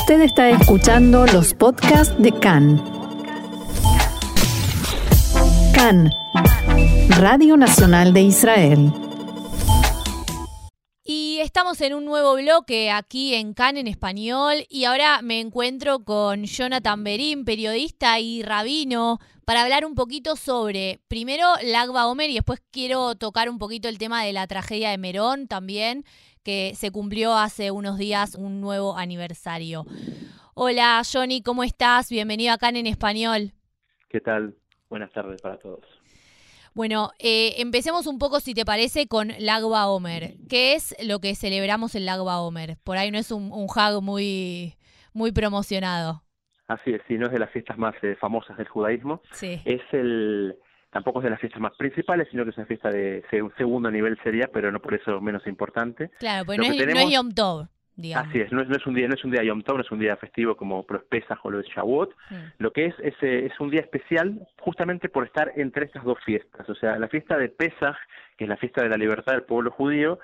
Usted está escuchando los podcasts de CAN. CAN, Radio Nacional de Israel. Y estamos en un nuevo bloque aquí en CAN en español y ahora me encuentro con Jonathan Berín, periodista y rabino, para hablar un poquito sobre, primero, Lag BaOmer y después quiero tocar un poquito el tema de la tragedia de Merón también, que se cumplió hace unos días un nuevo aniversario. Hola, Johnny, ¿cómo estás? Bienvenido a CAN en español. ¿Qué tal? Buenas tardes para todos. Bueno, empecemos un poco, si te parece, con Lag BaOmer. ¿Qué es lo que celebramos en Lag BaOmer? Por ahí no es un hag muy promocionado. Así es, sí, no es de las fiestas más famosas del judaísmo. Sí. Tampoco es de las fiestas más principales, sino que es una fiesta de un segundo nivel sería, pero no por eso menos importante. Claro, pues no es Yom Tov, digamos. Así es, no es un día Yom Tov, no es un día festivo como Pesaj o lo de Shavuot. Lo que es un día especial justamente por estar entre estas dos fiestas. O sea, la fiesta de Pesaj, que es la fiesta de la libertad del pueblo judío,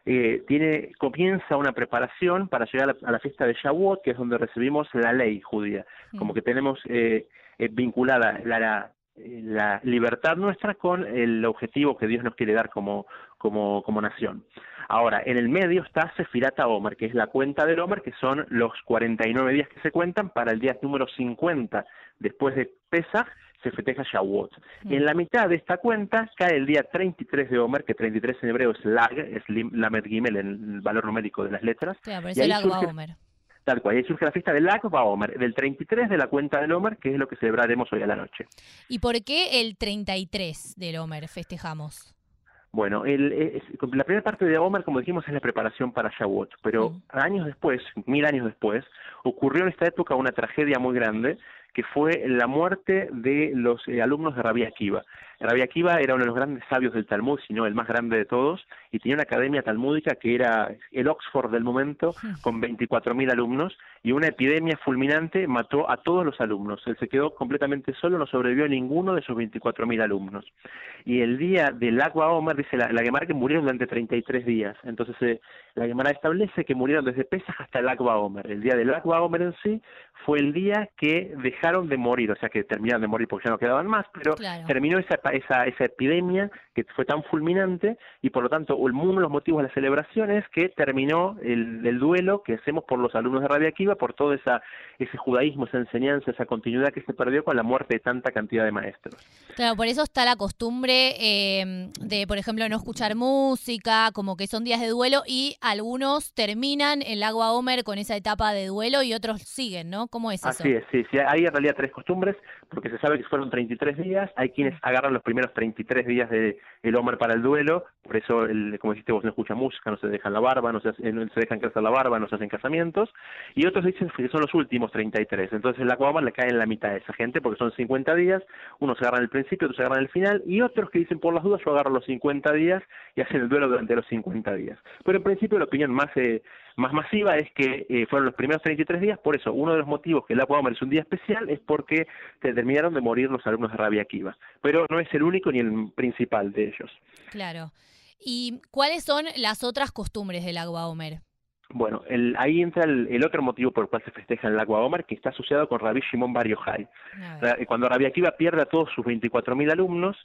comienza una preparación para llegar a la fiesta de Shavuot, que es donde recibimos la ley judía. Como que tenemos vinculada la libertad nuestra con el objetivo que Dios nos quiere dar como nación. Ahora, en el medio está Sefirat HaOmer, que es la cuenta del Omer, que son los 49 días que se cuentan para el día número 50 después de Pesaj, se festeja Shavuot. En la mitad de esta cuenta cae el día 33 de Omer, que 33 en hebreo es Lag, es Lamed Gimel en el valor numérico de las letras. Claro, por eso Lag BaOmer. Tal cual, ahí surge la fiesta del Lag BaOmer, del 33 de la cuenta del Omer, que es lo que celebraremos hoy a la noche. ¿Y por qué el 33 del Omer festejamos? Bueno, la primera parte de Omer, como dijimos, es la preparación para Shavuot, pero años después, 1000 años después, ocurrió en esta época una tragedia muy grande, que fue la muerte de los alumnos de Rabbi Akiva. Rabbi Akiva era uno de los grandes sabios del Talmud, si no el más grande de todos, y tenía una academia talmúdica que era el Oxford del momento, con 24.000 alumnos, y una epidemia fulminante mató a todos los alumnos. Él se quedó completamente solo, no sobrevivió ninguno de esos 24.000 alumnos. Y el día del Lag BaOmer, dice la Gemara, que murieron durante 33 días. Entonces la Gemara establece que murieron desde Pesaj hasta el Lag BaOmer. El día del Lag BaOmer en sí fue el día que dejaron de morir, o sea que terminaron de morir porque ya no quedaban más, pero claro, terminó esa epidemia que fue tan fulminante, y por lo tanto uno de los motivos de la celebración es que terminó el duelo que hacemos por los alumnos de Rabbi Akiva, por todo ese judaísmo, esa enseñanza, esa continuidad que se perdió con la muerte de tanta cantidad de maestros. Claro, por eso está la costumbre de, por ejemplo, no escuchar música, como que son días de duelo, y algunos terminan el Lag BaOmer con esa etapa de duelo y otros siguen, ¿no? ¿Cómo es eso? Así es, sí, hay en realidad tres costumbres, porque se sabe que fueron 33 días, hay quienes agarran los primeros 33 días del Omer para el duelo, por eso, como dijiste vos, no escuchan música, no se dejan la barba, no se dejan crecer la barba, no se hacen casamientos, y otros dicen que son los últimos 33, entonces el Lag BaOmer le cae en la mitad de esa gente, porque son 50 días, unos se agarran el principio, otros se agarran el final, y otros que dicen por las dudas, yo agarro los 50 días y hacen el duelo durante los 50 días. Pero en principio la opinión más masiva es que fueron los primeros 33 días, por eso uno de los motivos que el Lag BaOmer es un día especial es porque terminaron de morir los alumnos de Rabbi Akiva, pero no es el único ni el principal de ellos. Claro. ¿Y cuáles son las otras costumbres del Lag BaOmer? Bueno, ahí entra el otro motivo por el cual se festeja el Lag BaOmer, que está asociado con Rabbi Shimon Bar Yochai. Cuando Rabbi Akiva pierde a todos sus 24.000 alumnos,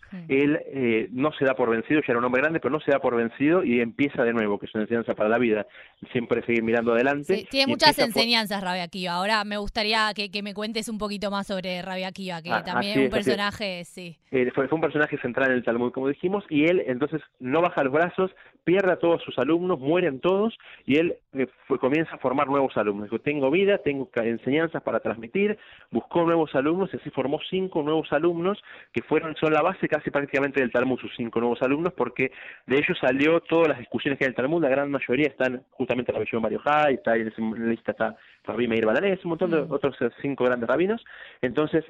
él no se da por vencido, ya era un hombre grande, pero no se da por vencido y empieza de nuevo, que es una enseñanza para la vida, siempre seguir mirando adelante. Sí, tiene muchas enseñanzas Rabbi Akiva. Ahora me gustaría que me cuentes un poquito más sobre Rabbi Akiva, que también es un personaje, sí. Fue un personaje central en el Talmud, como dijimos, y él entonces no baja los brazos, pierde a todos sus alumnos, mueren todos, y él comienza a formar nuevos alumnos. Dijo, tengo vida, tengo enseñanzas para transmitir, buscó nuevos alumnos y así formó 5 nuevos alumnos que son la base casi prácticamente del Talmud, sus 5 nuevos alumnos, porque de ellos salió todas las discusiones que hay en el Talmud, la gran mayoría están justamente en Rabbi Shimon Bar Yochai, está en la lista está Rabbi Meir Balanés, un montón de otros 5 grandes rabinos. Entonces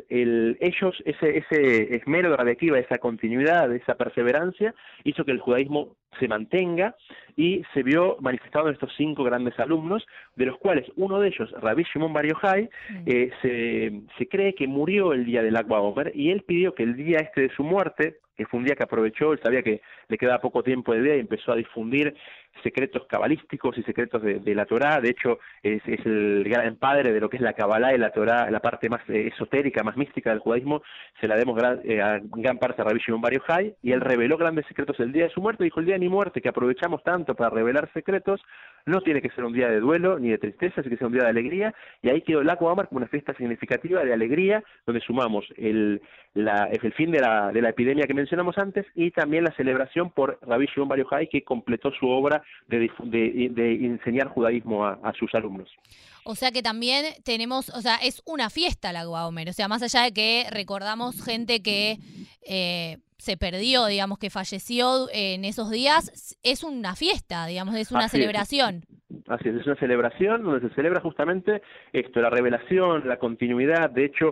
ese esmero de Rabbi Akiva, esa continuidad, esa perseverancia, hizo que el judaísmo se mantenga y se vio manifestado en estos 5 grandes alumnos, de los cuales uno de ellos, Rabbi Shimon Bar Yochai, se cree que murió el día del Lag BaOmer, y él pidió que el día de su muerte, que fue un día que aprovechó, él sabía que le quedaba poco tiempo de vida y empezó a difundir secretos cabalísticos y secretos de la Torá. De hecho, es el gran padre de lo que es la Kabbalah y la Torá, la parte más esotérica, más mística del judaísmo. Se la demos a gran parte a Rabbi Shimon Bar Yochai, y él reveló grandes secretos el día de su muerte. Dijo: el día de mi muerte, que aprovechamos tanto para revelar secretos, no tiene que ser un día de duelo ni de tristeza, sino que sea un día de alegría. Y ahí quedó el Lag BaOmer como una fiesta significativa de alegría, donde sumamos el fin de la epidemia que mencionamos antes, y también la celebración por Rabbi Shimon Bar Yochai, que completó su obra de enseñar judaísmo a sus alumnos. O sea que también tenemos, o sea, es una fiesta la Lag BaOmer, o sea, más allá de que recordamos gente que se perdió, digamos, que falleció en esos días, es una fiesta, digamos, es una celebración. Así es una celebración donde se celebra justamente esto, la revelación, la continuidad. De hecho,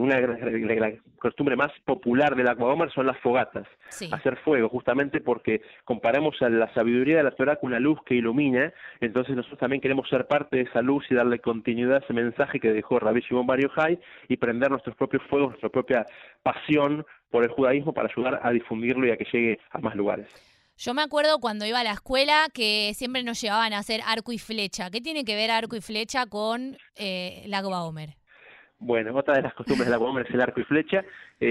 la costumbre más popular del Lag BaOmer son las fogatas, hacer fuego, justamente porque comparamos a la sabiduría de la Torá con una luz que ilumina. Entonces nosotros también queremos ser parte de esa luz y darle continuidad a ese mensaje que dejó Rabbi Shimon Bar Yochai, y prender nuestros propios fuegos, nuestra propia pasión por el judaísmo, para ayudar a difundirlo y a que llegue a más lugares. Yo me acuerdo cuando iba a la escuela que siempre nos llevaban a hacer arco y flecha. ¿Qué tiene que ver arco y flecha con Lag BaOmer? Bueno, otra de las costumbres de Lag BaOmer es el arco y flecha.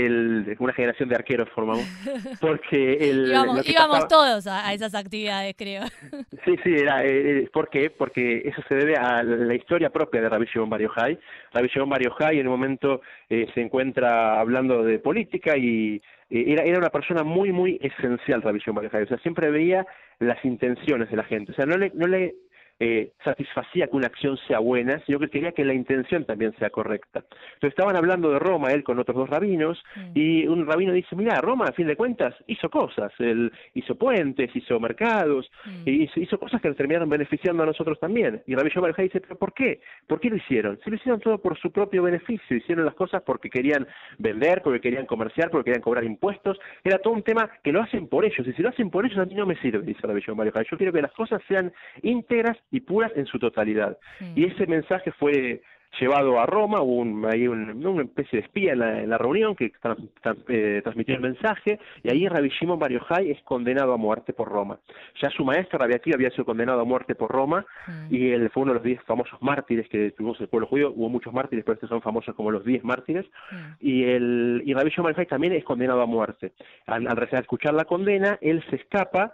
Una generación de arqueros formamos, porque íbamos todos a esas actividades, creo. Sí, ¿por qué? Porque eso se debe a la historia propia de Rabbi Shimon Bar Yochai. Rabbi Shimon Bar Yochai en un momento se encuentra hablando de política, y era una persona muy, muy esencial, Rabbi Shimon Bar Yochai. O sea, siempre veía las intenciones de la gente. O sea, no le satisfacía que una acción sea buena, sino que quería que la intención también sea correcta. Entonces estaban hablando de Roma, él con otros dos rabinos, y un rabino dice: mira, Roma, a fin de cuentas, hizo cosas, él hizo puentes, hizo mercados, hizo cosas que nos terminaron beneficiando a nosotros también. Y Rabbi Shimon Bar Yochai dice: ¿pero por qué? ¿Por qué lo hicieron? Se lo hicieron todo por su propio beneficio, hicieron las cosas porque querían vender, porque querían comerciar, porque querían cobrar impuestos. Era todo un tema que lo hacen por ellos, y si lo hacen por ellos a mí no me sirve, dice Rabbi Shimon Bar Yochai. Yo quiero que las cosas sean íntegras y puras en su totalidad. Y ese mensaje fue llevado a Roma. Hubo ahí una especie de espía en la reunión que transmitió el mensaje, y ahí Rabbi Shimon Bar Yochai es condenado a muerte por Roma. Ya su maestro Rabbi Akiva había sido condenado a muerte por Roma, y él fue uno de los 10 famosos mártires que tuvimos el pueblo judío. Hubo muchos mártires, pero estos son famosos como los 10 mártires. Y Rabbi Shimon Bar Yochai también es condenado a muerte. Al escuchar la condena, él se escapa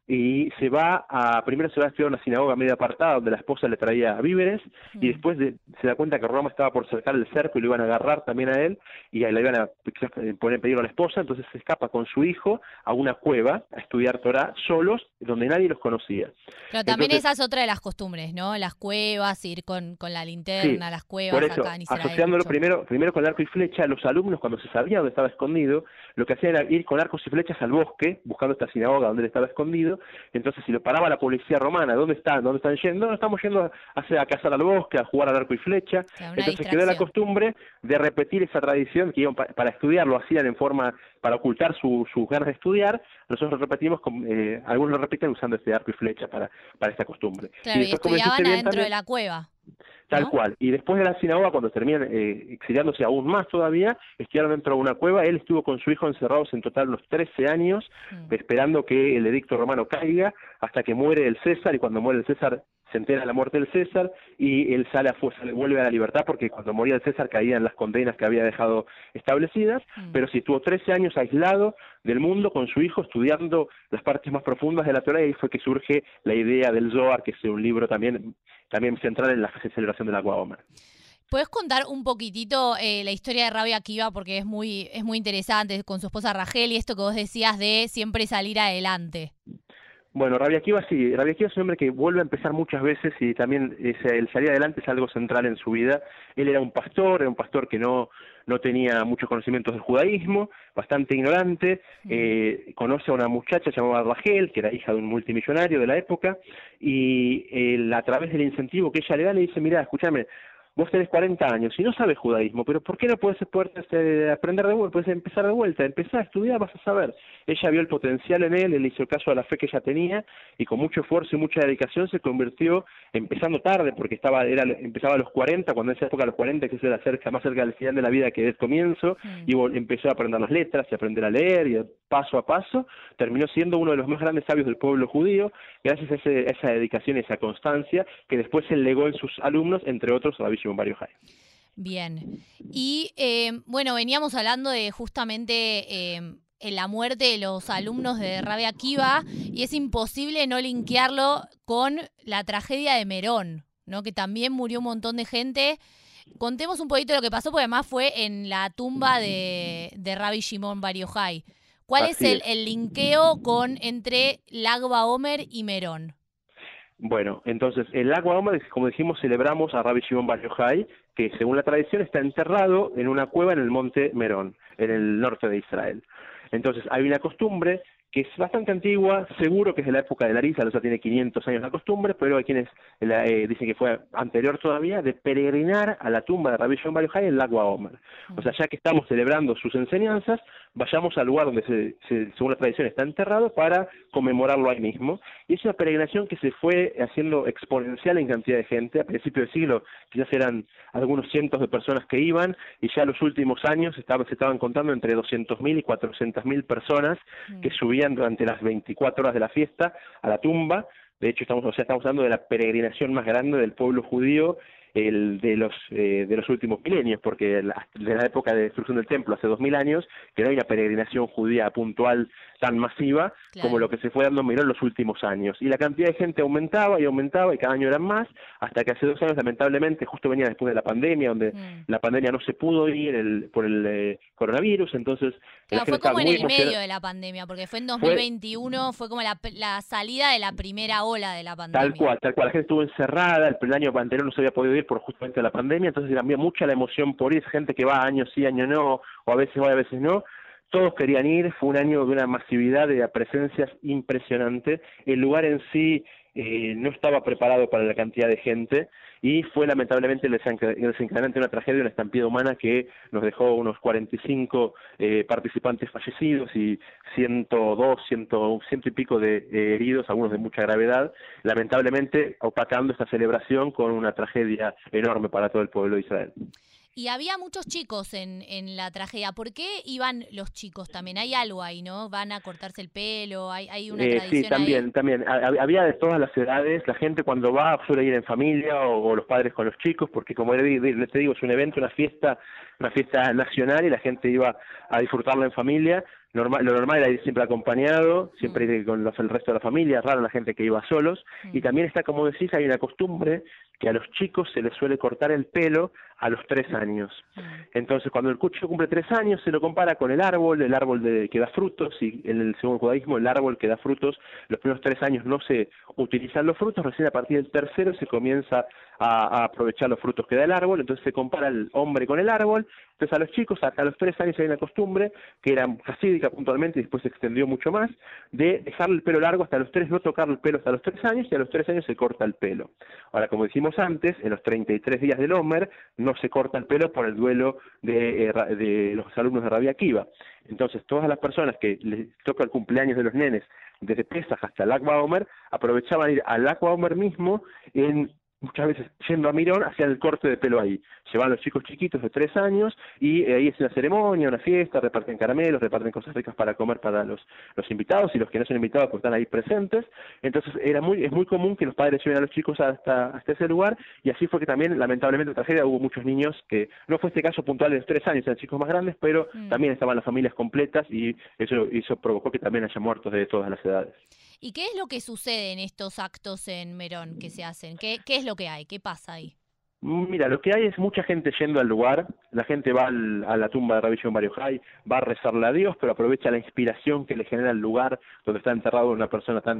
y primero se va a estudiar a una sinagoga medio apartada donde la esposa le traía víveres, y después se da cuenta que Roma estaba por cercar el cerco y lo iban a agarrar también a él, y ahí le iban a poner en peligro a la esposa. Entonces se escapa con su hijo a una cueva a estudiar Torá solos, donde nadie los conocía. Pero también esa es otra de las costumbres, ¿no? Las cuevas, ir con la linterna, las cuevas. Por eso, acá en Israel, asociándolo primero con el arco y flecha, los alumnos, cuando se sabía dónde estaba escondido, lo que hacían era ir con arcos y flechas al bosque, buscando esta sinagoga donde él estaba escondido. Entonces, si lo paraba la policía romana, ¿dónde están yendo? No, estamos yendo a cazar al bosque, a jugar al arco y flecha. Claro, entonces quedó la costumbre de repetir esa tradición, que iban para estudiar, lo hacían para ocultar sus ganas de estudiar. Nosotros lo repetimos, algunos lo repiten usando este arco y flecha para esta costumbre. Claro, y estudiaban adentro de la cueva. Tal cual. Y después de la sinagoga, cuando terminan exiliándose aún más todavía, estudiaron dentro de una cueva. Él estuvo con su hijo encerrados en total unos 13 años, esperando que el edicto romano caiga, hasta que muere el César, y cuando muere el César se entera de la muerte del César, y él vuelve a la libertad, porque cuando moría el César caían las condenas que había dejado establecidas. Pero sí, estuvo 13 años aislado del mundo con su hijo, estudiando las partes más profundas de la Torá, y ahí fue que surge la idea del Zohar, que es un libro también central en la celebración de la Lag BaOmer. ¿Puedes contar un poquitito la historia de Rabbi Akiva? Porque es muy interesante, con su esposa Rachel, y esto que vos decías de siempre salir adelante. Bueno, Rabbi Akiva sí. Rabbi Akiva es un hombre que vuelve a empezar muchas veces, y también el salir adelante es algo central en su vida. Él era un pastor que no tenía muchos conocimientos del judaísmo, bastante ignorante. Conoce a una muchacha llamada Rachel, que era hija de un multimillonario de la época, y él, a través del incentivo que ella le da, le dice: mirá, escúchame, vos tenés 40 años y no sabes judaísmo, pero ¿por qué no puedes aprender de vuelta? Puedes empezar de vuelta, empezar a estudiar, vas a saber. Ella vio el potencial en él hizo caso a la fe que ella tenía, y con mucho esfuerzo y mucha dedicación se convirtió, empezando tarde, porque empezaba a los 40, cuando en esa época a los 40, que se era más cerca del final de la vida que del comienzo, y empezó a aprender las letras, y a aprender a leer, y paso a paso, terminó siendo uno de los más grandes sabios del pueblo judío, gracias a esa dedicación y esa constancia, que después se legó en sus alumnos, entre otros, Rabbi Shimon Bar Yochai. Bien. Y bueno, veníamos hablando de justamente en la muerte de los alumnos de Rabbi Akiva, y es imposible no linkearlo con la tragedia de Merón, ¿no? Que también murió un montón de gente. Contemos un poquito lo que pasó, porque además fue en la tumba de Rabbi Shimon Bar Yochai. ¿Cuál es el linkeo entre Lag BaOmer y Merón? Bueno, entonces, el Lag BaOmer, como dijimos, celebramos a Rabbi Shimon Bar Yochai, que según la tradición está enterrado en una cueva en el monte Merón, en el norte de Israel. Entonces, hay una costumbre que es bastante antigua, seguro que es de la época de la Larisa, o sea, tiene 500 años la costumbre, pero hay quienes dicen que fue anterior todavía, de peregrinar a la tumba de Rabbi Shimon Bar Yochai en el Lag BaOmer. O sea, ya que estamos celebrando sus enseñanzas, vayamos al lugar donde según la tradición está enterrado para conmemorarlo ahí mismo. Y es una peregrinación que se fue haciendo exponencial en cantidad de gente. A principios del siglo quizás eran algunos cientos de personas que iban, y ya en los últimos años se estaban contando entre 200.000 y 400.000 personas que subían durante las 24 horas de la fiesta a la tumba. De hecho, estamos hablando de la peregrinación más grande del pueblo judío de los últimos milenios, porque de la época de destrucción del templo, hace 2000 años, que no hay una peregrinación judía puntual tan masiva como lo que se fue dando en Merón en los últimos años. Y la cantidad de gente aumentaba, y cada año eran más, hasta que hace 2 años, lamentablemente, justo venía después de la pandemia, donde la pandemia no se pudo ir por el coronavirus, entonces... Claro, fue como en el medio de la pandemia, porque fue en 2021, fue como la salida de la primera ola de la pandemia. Tal cual, la gente estuvo encerrada, el año anterior no se había podido ir por justamente la pandemia, entonces cambió mucha la emoción por ir, gente que va años sí, años no, o a veces va, a veces no. Todos querían ir, fue un año de una masividad de presencias impresionante. El lugar en sí no estaba preparado para la cantidad de gente, y fue lamentablemente el desencadenante de una tragedia, una estampida humana que nos dejó unos 45 participantes fallecidos y 102, 100 y pico de heridos, algunos de mucha gravedad, lamentablemente opacando esta celebración con una tragedia enorme para todo el pueblo de Israel. Y había muchos chicos en la tragedia. ¿Por qué iban los chicos también? Hay algo ahí, ¿no? ¿Van a cortarse el pelo? ¿Hay una tradición sí, también, ahí? también. Había de todas las edades. La gente cuando va suele ir en familia, o los padres con los chicos, porque como te digo, es un evento, una fiesta nacional, y la gente iba a disfrutarla en familia. Lo normal era ir siempre acompañado, siempre ir con el resto de la familia, raro la gente que iba solos. Y también está, como decís, hay una costumbre que a los chicos se les suele cortar el pelo a los 3 años. Entonces, cuando el chico cumple 3 años, se lo compara con el árbol que da frutos, y según el judaísmo, el árbol que da frutos, los primeros 3 años no se utilizan los frutos, recién a partir del tercero se comienza a aprovechar los frutos que da el árbol, entonces se compara el hombre con el árbol. Entonces a los chicos, hasta los 3 años hay una costumbre, que era hasídica puntualmente, y después se extendió mucho más, de dejar el pelo largo hasta los 3, no tocar el pelo hasta los 3 años, y a los 3 años se corta el pelo. Ahora, como decimos antes, en los 33 días del Omer no se corta el pelo por el duelo de los alumnos de Rabbi Akiva. Entonces, todas las personas que les toca el cumpleaños de los nenes, desde Pesaj hasta Lag BaOmer, aprovechaban ir al Lag BaOmer mismo, muchas veces yendo a Merón, hacían el corte de pelo ahí. Llevan los chicos chiquitos de 3 años, y ahí es una ceremonia, una fiesta, reparten caramelos, reparten cosas ricas para comer para los invitados, y los que no son invitados pues están ahí presentes. Entonces es muy común que los padres lleven a los chicos hasta ese lugar, y así fue que también, lamentablemente, en la tragedia hubo muchos niños que, no fue este caso puntual de los 3 años, eran chicos más grandes, pero también estaban las familias completas, y eso provocó que también haya muertos de todas las edades. ¿Y qué es lo que sucede en estos actos en Merón que se hacen? ¿Qué es lo que hay? ¿Qué pasa ahí? Mira, lo que hay es mucha gente yendo al lugar. La gente va a la tumba de Rabbi Shimon Bar Yochai, va a rezarle a Dios, pero aprovecha la inspiración que le genera el lugar donde está enterrado una persona tan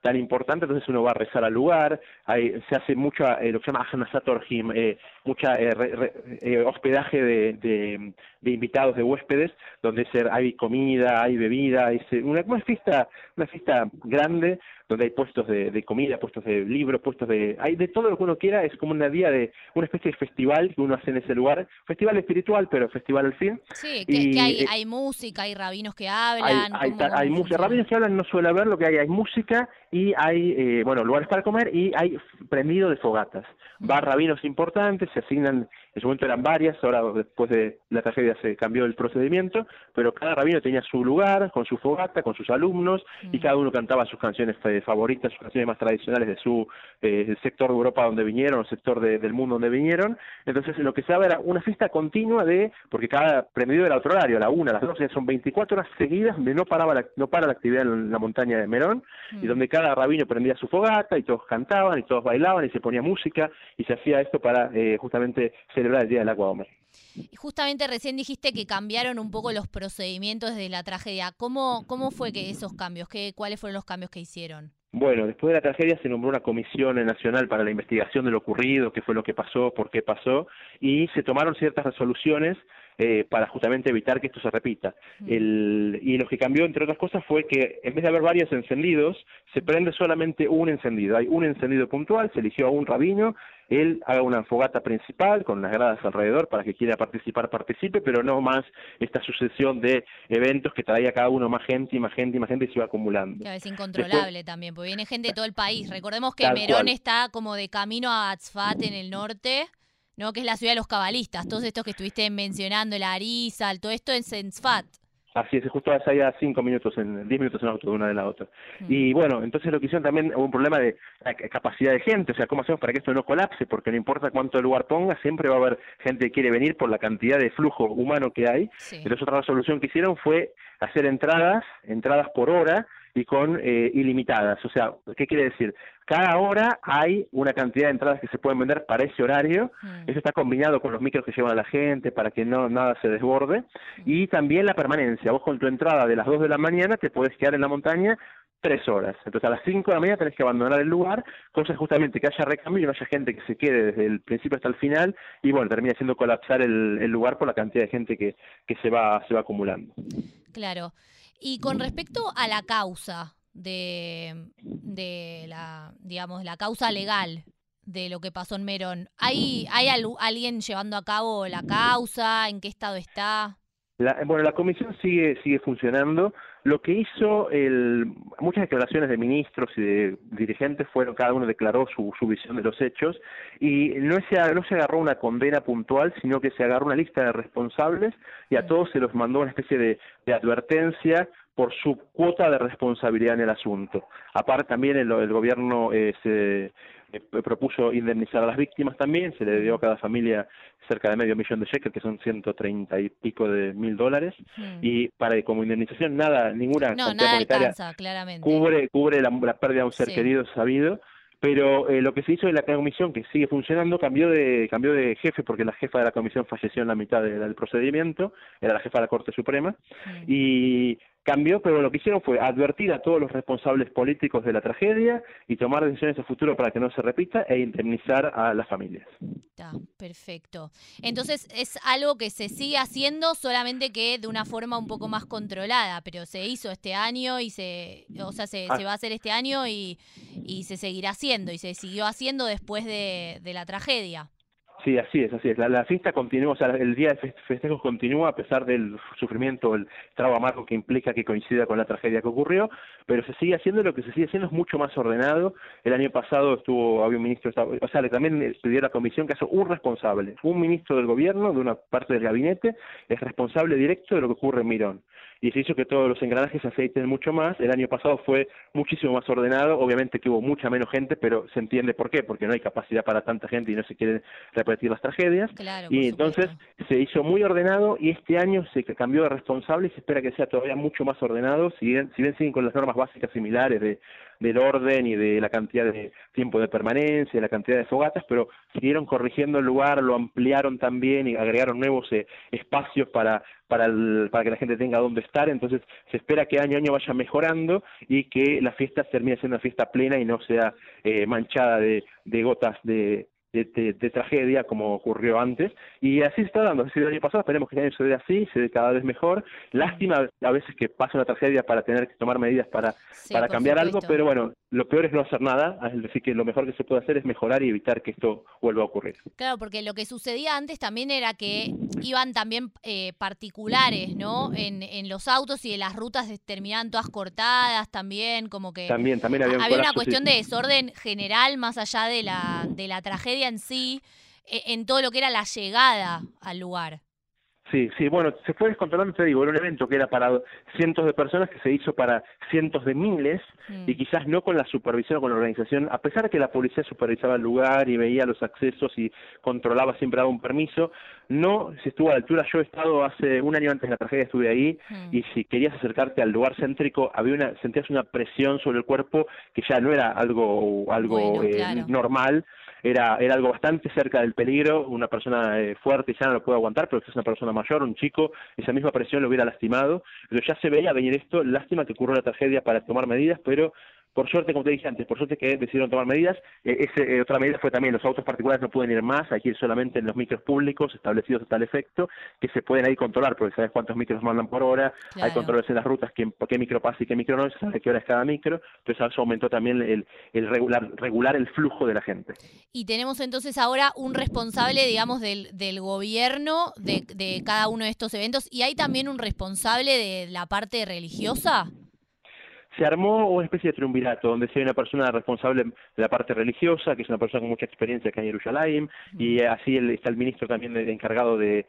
tan importante, entonces uno va a rezar al lugar, se hace mucha, lo que se llama Achnasat Orhim, mucha hospedaje de invitados, de huéspedes, donde hay comida, hay bebida, una fiesta grande, donde hay puestos de comida, puestos de libros, hay de todo lo que uno quiera, es como una especie de festival que uno hace en ese lugar, festival espiritual, pero festival al fin. Sí, que hay música, hay rabinos que hablan. Hay música, rabinos que hablan, no suele haber, lo que hay música y hay, lugares para comer y hay prendido de fogatas. Va rabinos importantes, se asignan, en su momento eran varias, ahora después de la tragedia se cambió el procedimiento, pero cada rabino tenía su lugar, con su fogata, con sus alumnos, y cada uno cantaba sus canciones favoritas, sus canciones más tradicionales de su sector de Europa donde vinieron, el sector del mundo donde vinieron. Entonces lo que se daba era una fiesta continua porque cada prendido era otro horario, a la 1, a las 12, son 24 horas seguidas donde no para la actividad en la montaña de Merón, y donde cada rabino prendía su fogata y todos cantaban y todos bailaban y se ponía música y se hacía esto para justamente celebrar el Día del Lag BaOmer. Y justamente recién dijiste que cambiaron un poco los procedimientos de la tragedia. ¿Cómo fue que esos cambios? ¿Cuáles fueron los cambios que hicieron? Bueno, después de la tragedia se nombró una comisión nacional para la investigación de lo ocurrido, qué fue lo que pasó, por qué pasó, y se tomaron ciertas resoluciones para justamente evitar que esto se repita. Y lo que cambió, entre otras cosas, fue que en vez de haber varios encendidos, se prende solamente un encendido. Hay un encendido puntual, se eligió a un rabino, él haga una fogata principal con las gradas alrededor para que quiera participar, participe, pero no más esta sucesión de eventos que traía cada uno más gente y más gente y más gente y se iba acumulando. Claro, es incontrolable también, porque viene gente de todo el país. Recordemos que Merón está como de camino a Tzfat en el norte, ¿no? Que es la ciudad de los cabalistas. Todos estos que estuviste mencionando, el Arizal, todo esto es en Tzfat. Así es, justo hace allá 10 minutos en auto de una de la otra. Y bueno, entonces lo que hicieron también, hubo un problema de capacidad de gente, o sea, ¿cómo hacemos para que esto no colapse? Porque no importa cuánto lugar ponga, siempre va a haber gente que quiere venir por la cantidad de flujo humano que hay. Sí. Entonces otra resolución que hicieron fue hacer entradas por hora y con ilimitadas. O sea, ¿qué quiere decir? Cada hora hay una cantidad de entradas que se pueden vender para ese horario. Eso está combinado con los micros que llevan a la gente para que nada se desborde. Y también la permanencia. Vos con tu entrada de las 2 de la mañana te podés quedar en la montaña 3 horas. Entonces a las 5 de la mañana tenés que abandonar el lugar, cosa justamente que haya recambio y no haya gente que se quede desde el principio hasta el final y bueno, termina haciendo colapsar el lugar por la cantidad de gente que se va acumulando. Claro. Y con respecto a la causa de la causa legal de lo que pasó en Merón, ¿hay alguien llevando a cabo la causa? ¿En qué estado está? La comisión sigue funcionando. Lo que hizo, muchas declaraciones de ministros y de dirigentes cada uno declaró su visión de los hechos y no se agarró una condena puntual, sino que se agarró una lista de responsables y a todos se los mandó una especie de advertencia por su cuota de responsabilidad en el asunto. Aparte también el gobierno se propuso indemnizar a las víctimas también, se le dio a cada familia cerca de $500,000 que son 130 y pico de mil dólares, y como indemnización ninguna cantidad monetaria alcanza, claramente. cubre la pérdida de un ser querido sabido, pero lo que se hizo en la comisión, que sigue funcionando, cambió de jefe, porque la jefa de la comisión falleció en la mitad del procedimiento, era la jefa de la Corte Suprema, y cambió, pero lo que hicieron fue advertir a todos los responsables políticos de la tragedia y tomar decisiones a futuro para que no se repita e indemnizar a las familias. Está, perfecto. Entonces es algo que se sigue haciendo, solamente que de una forma un poco más controlada, pero se hizo este año y se va a hacer este año y se seguirá haciendo y se siguió haciendo después de la tragedia. Sí, así es. La fiesta continúa, o sea, el día de festejos continúa a pesar del sufrimiento, el trago amargo que implica que coincida con la tragedia que ocurrió, pero se sigue haciendo, lo que se sigue haciendo es mucho más ordenado. El año pasado había un ministro, o sea, también pidió a la comisión que haya un ministro del gobierno, de una parte del gabinete, es responsable directo de lo que ocurre en Merón. Y se hizo que todos los engranajes se aceiten mucho más. El año pasado fue muchísimo más ordenado, obviamente que hubo mucha menos gente, pero se entiende por qué, porque no hay capacidad para tanta gente y no se quieren repetir las tragedias. Claro, y entonces se hizo muy ordenado y este año se cambió de responsable y se espera que sea todavía mucho más ordenado, si bien siguen con las normas básicas similares de del orden y de la cantidad de tiempo de permanencia, de la cantidad de fogatas, pero siguieron corrigiendo el lugar, lo ampliaron también y agregaron nuevos espacios para que la gente tenga dónde estar. Entonces se espera que año a año vaya mejorando y que la fiesta termine siendo una fiesta plena y no sea manchada de gotas de tragedia como ocurrió antes, y así se está dando. Así el año pasado, esperemos que este año se dé así, se dé cada vez mejor. Lástima a veces que pasa una tragedia para tener que tomar medidas para cambiar algo, pero bueno, lo peor es no hacer nada, es decir, que lo mejor que se puede hacer es mejorar y evitar que esto vuelva a ocurrir. Claro, porque lo que sucedía antes también era que iban también particulares, ¿no? En los autos, y en las rutas terminaban todas cortadas también, como que también había una cuestión de desorden general más allá de la tragedia en sí, en todo lo que era la llegada al lugar. Sí, bueno, se fue descontrolando, te digo, era un evento que era para cientos de personas, que se hizo para cientos de miles, y quizás no con la supervisión o con la organización, a pesar de que la policía supervisaba el lugar y veía los accesos y controlaba, siempre daba un permiso, no se estuvo a la altura. Yo he estado hace un año antes de la tragedia, estuve ahí, y si querías acercarte al lugar céntrico, sentías una presión sobre el cuerpo que ya no era algo bueno, claro, normal. Era algo bastante cerca del peligro. Una persona fuerte ya no lo puede aguantar, pero si es una persona mayor, un chico, esa misma presión lo hubiera lastimado. Pero ya se veía venir esto. Lástima que ocurrió la tragedia para tomar medidas, pero por suerte, como te dije antes, por suerte que decidieron tomar medidas. Otra medida fue también: los autos particulares no pueden ir más, hay que ir solamente en los micros públicos establecidos a tal efecto, que se pueden ahí controlar, porque sabes cuántos micros mandan por hora, claro, hay controles en las rutas, qué micro pasa y qué micro no, se sabe qué hora es cada micro. Entonces eso aumentó también el regular el flujo de la gente. Y tenemos entonces ahora un responsable, digamos, del gobierno de cada uno de estos eventos, y hay también un responsable de la parte religiosa. Se armó una especie de triunvirato, donde si hay una persona responsable de la parte religiosa, que es una persona con mucha experiencia acá en Jerusalén, y así está el ministro también encargado del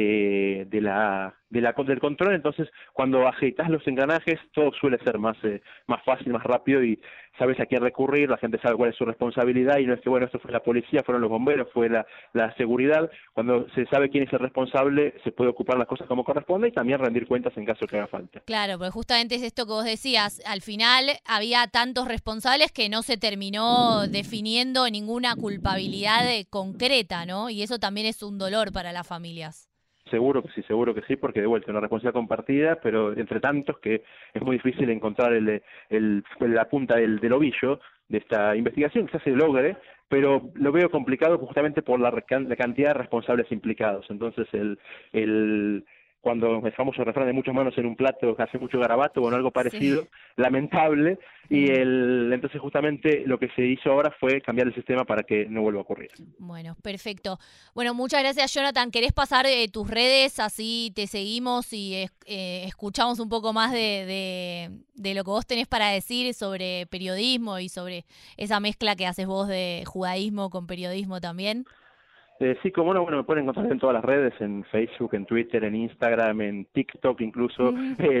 control. Entonces, cuando aceitas los engranajes, todo suele ser más fácil, más rápido, y sabes a quién recurrir, la gente sabe cuál es su responsabilidad, y no es que, bueno, esto fue la policía, fueron los bomberos, fue la seguridad. Cuando se sabe quién es el responsable, se puede ocupar las cosas como corresponde y también rendir cuentas en caso que haga falta. Claro, porque justamente es esto que vos decías, al final había tantos responsables que no se terminó definiendo ninguna culpabilidad concreta, ¿no? Y eso también es un dolor para las familias. Seguro que sí, porque de vuelta una responsabilidad compartida, pero entre tantos que es muy difícil encontrar la punta del ovillo de esta investigación. Quizás se logre, pero lo veo complicado justamente por la cantidad de responsables implicados. Entonces cuando el famoso refrán de muchas manos en un plato hace mucho garabato, o algo parecido, sí, lamentable, y entonces justamente lo que se hizo ahora fue cambiar el sistema para que no vuelva a ocurrir. Bueno, perfecto. Bueno, muchas gracias, Jonathan. ¿Querés pasar tus redes? Así te seguimos y escuchamos un poco más de lo que vos tenés para decir sobre periodismo y sobre esa mezcla que haces vos de judaísmo con periodismo también. Sí, como no, bueno, me pueden encontrar en todas las redes, en Facebook, en Twitter, en Instagram, en TikTok incluso.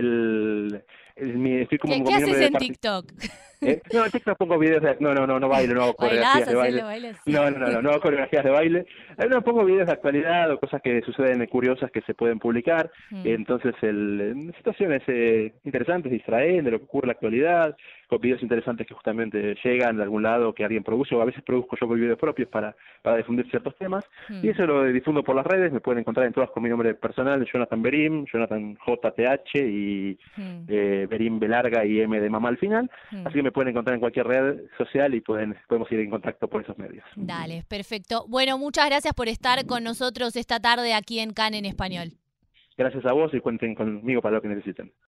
Estoy como ¿Qué haces en TikTok? No, en TikTok pongo videos no bailo, no hago coreografías de baile. No hago coreografías de baile. No, pongo videos de actualidad o cosas que suceden curiosas que se pueden publicar. Entonces, situaciones interesantes de Israel, de lo que ocurre en la actualidad, con videos interesantes que justamente llegan de algún lado, que alguien produce, o a veces produzco yo con videos propios para difundir ciertos temas. Y eso lo difundo por las redes. Me pueden encontrar en todas con mi nombre personal, Jonathan Berim, Jonathan JTH y Berim B larga y M de mamá al final. Así que me pueden encontrar en cualquier red social y podemos ir en contacto por esos medios. Dale, perfecto. Bueno, muchas gracias por estar con nosotros esta tarde aquí en CAN en Español. Gracias a vos y cuenten conmigo para lo que necesiten.